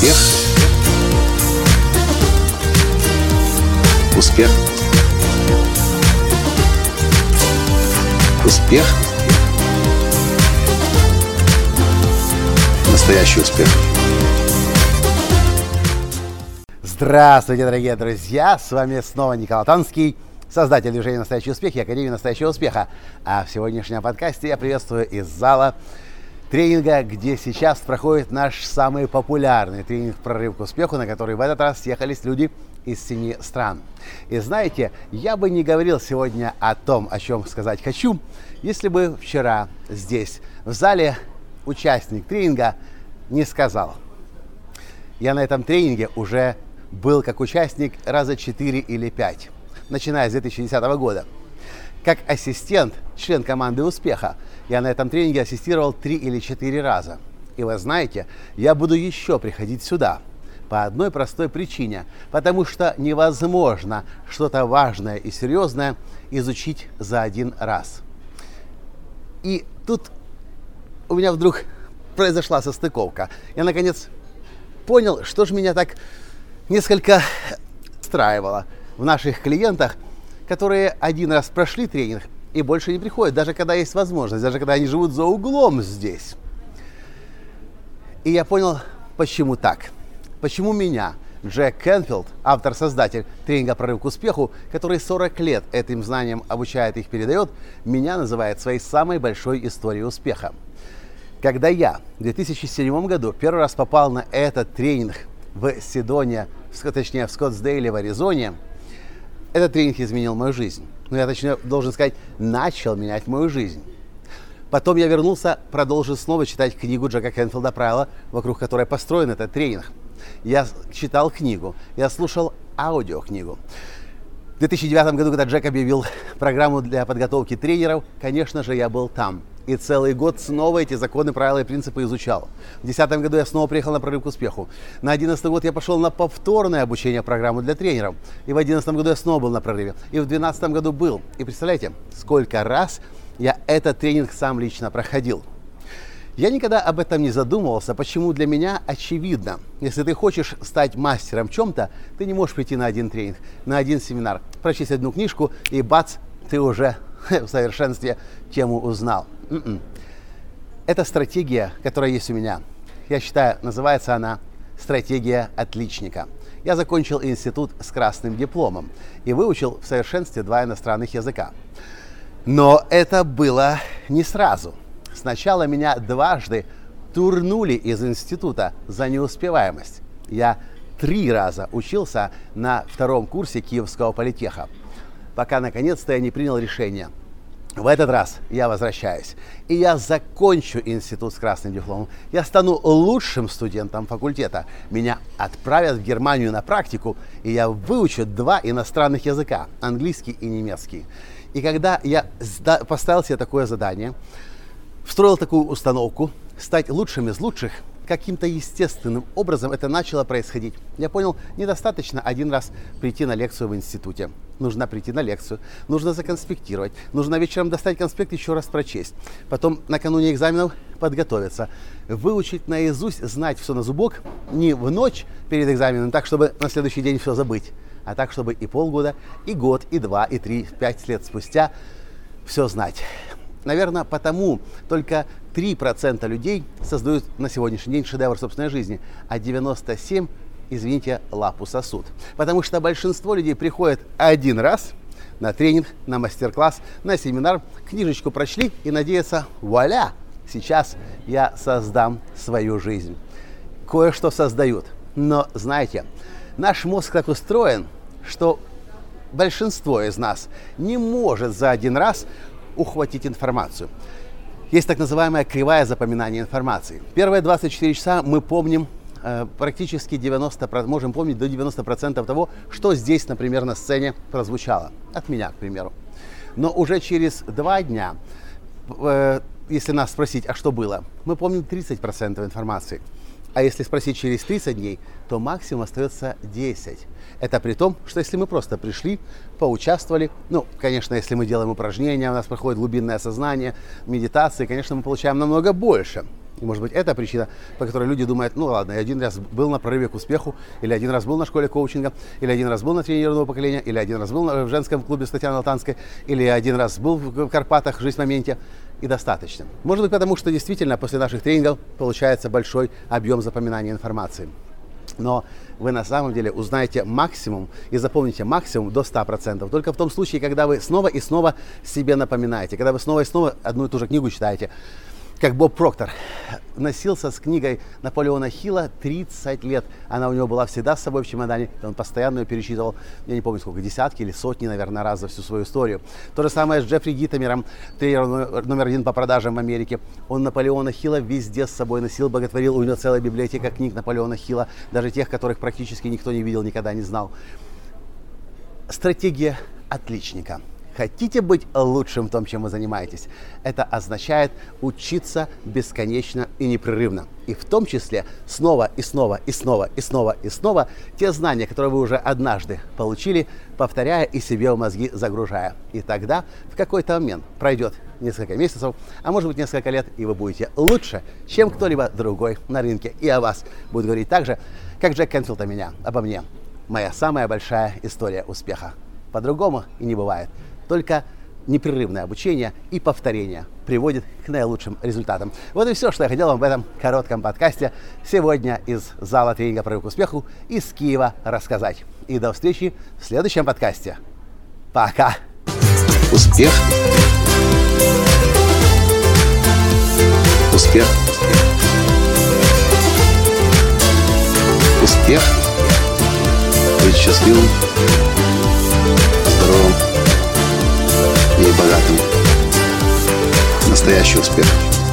Успех. Успех. Успех. Настоящий успех. Здравствуйте, дорогие друзья! С вами снова Николай Танский, создатель движения «Настоящий успех» и Академии «Настоящего успеха». А в сегодняшнем подкасте я приветствую из зала тренинга, где сейчас проходит наш самый популярный тренинг «Прорыв к успеху», на который в этот раз съехались люди из 7 стран. И знаете, я бы не говорил сегодня о том, о чем сказать хочу, если бы вчера здесь, в зале, участник тренинга не сказал. Я на этом тренинге уже был как участник раза 4 или 5, начиная с 2010 года. Как ассистент, член команды успеха, я на этом тренинге ассистировал 3 или 4 раза. И вы знаете, я буду еще приходить сюда по одной простой причине, потому что невозможно что-то важное и серьезное изучить за один раз. И тут у меня вдруг произошла состыковка. Я наконец понял, что же меня так несколько устраивало в наших клиентах, которые один раз прошли тренинг и больше не приходят, даже когда есть возможность, даже когда они живут за углом здесь. И я понял, почему так. Почему меня, Джек Кенфилд, автор-создатель тренинга «Прорыв к успеху», который 40 лет этим знанием обучает и их передает, меня называет своей самой большой историей успеха. Когда я в 2007 году первый раз попал на этот тренинг в Сидоне, точнее в Скоттсдейле в Аризоне, этот тренинг изменил мою жизнь. Но я точнее должен сказать, начал менять мою жизнь. Потом я вернулся, продолжил снова читать книгу Джека Кенфилда «Правила, вокруг которой построен этот тренинг». Я читал книгу, я слушал аудиокнигу. В 2009 году, когда Джек объявил программу для подготовки тренеров, конечно же, я был там. И целый год снова эти законы, правила и принципы изучал. В 2010 году я снова приехал на «Прорыв к успеху». На 2011 год я пошел на повторное обучение программу для тренеров. И в 2011 году я снова был на прорыве. И в 2012 году был. И представляете, сколько раз я этот тренинг сам лично проходил. Я никогда об этом не задумывался, почему для меня очевидно. Если ты хочешь стать мастером в чем-то, ты не можешь прийти на один тренинг, на один семинар, прочесть одну книжку и бац, ты уже в совершенстве тему узнал. Это стратегия, которая есть у меня. Я считаю, называется она «Стратегия отличника». Я закончил институт с красным дипломом и выучил в совершенстве 2 иностранных языка. Но это было не сразу. Сначала меня дважды турнули из института за неуспеваемость. Я 3 раза учился на 2-м курсе Киевского политеха, пока наконец-то я не принял решение. В этот раз я возвращаюсь, и я закончу институт с красным дипломом. Я стану лучшим студентом факультета. Меня отправят в Германию на практику, и я выучу 2 иностранных языка, английский и немецкий. И когда я поставил себе такое задание, встроил такую установку, стать лучшим из лучших, каким-то естественным образом это начало происходить. Я понял, недостаточно один раз прийти на лекцию в институте. Нужно прийти на лекцию, нужно законспектировать, нужно вечером достать конспект, еще раз прочесть. Потом накануне экзаменов подготовиться, выучить наизусть, знать все на зубок, не в ночь перед экзаменом, так, чтобы на следующий день все забыть, а так, чтобы и полгода, и год, и 2, и 3, 5 лет спустя все знать. Наверное, потому только 3% людей создают на сегодняшний день шедевр собственной жизни, а 97%, извините, лапу сосут. Потому что большинство людей приходят один раз на тренинг, на мастер-класс, на семинар, книжечку прочли и надеются, вуаля, сейчас я создам свою жизнь. Кое-что создают. Но, знаете, наш мозг так устроен, что большинство из нас не может за один раз ухватить информацию. Есть так называемая кривая запоминания информации. Первые 24 часа мы помним практически 90%, можем помнить до 90% того, что здесь, например, на сцене прозвучало. От меня, к примеру. Но уже через 2 дня, если нас спросить, а что было, мы помним 30% информации. А если спросить через 30 дней, то максимум остается 10. Это при том, что если мы просто пришли, поучаствовали, конечно, если мы делаем упражнения, у нас проходит глубинное осознание, медитации, конечно, мы получаем намного больше. И, может быть, это причина, по которой люди думают, ну ладно, я один раз был на прорыве к успеху, или один раз был на школе коучинга, или один раз был на тренере нового поколения, или один раз был в женском клубе с Татьяной Алтанской, или один раз был в Карпатах, жизнь в моменте, и достаточно. Может быть, потому что действительно после наших тренингов получается большой объем запоминания информации. Но вы на самом деле узнаете максимум и запомните максимум до 100%. Только в том случае, когда вы снова и снова себе напоминаете, когда вы снова и снова одну и ту же книгу читаете. Как Боб Проктор носился с книгой Наполеона Хилла 30 лет. Она у него была всегда с собой в чемодане. Он постоянно ее перечитывал, я не помню сколько, десятки или сотни, наверное, раз за всю свою историю. То же самое с Джеффри Гиттемером, тренером номер 1 по продажам в Америке. Он Наполеона Хилла везде с собой носил, боготворил. У него целая библиотека книг Наполеона Хилла, даже тех, которых практически никто не видел, никогда не знал. Стратегия отличника. Хотите быть лучшим в том, чем вы занимаетесь? Это означает учиться бесконечно и непрерывно. И в том числе снова и снова и снова и снова и снова те знания, которые вы уже однажды получили, повторяя и себе в мозги загружая. И тогда в какой-то момент пройдет несколько месяцев, а может быть несколько лет, и вы будете лучше, чем кто-либо другой на рынке. И о вас будет говорить так же, как Джек Кенфилд обо мне. Моя самая большая история успеха. По-другому и не бывает. Только непрерывное обучение и повторение приводит к наилучшим результатам. Вот и все, что я хотел вам в этом коротком подкасте сегодня из зала тренинга «Прорыв к успеху» из Киева рассказать. И до встречи в следующем подкасте. Пока! Успех. Успех. Успех. Быть счастливым, здоровым и богатым. Настоящий успех.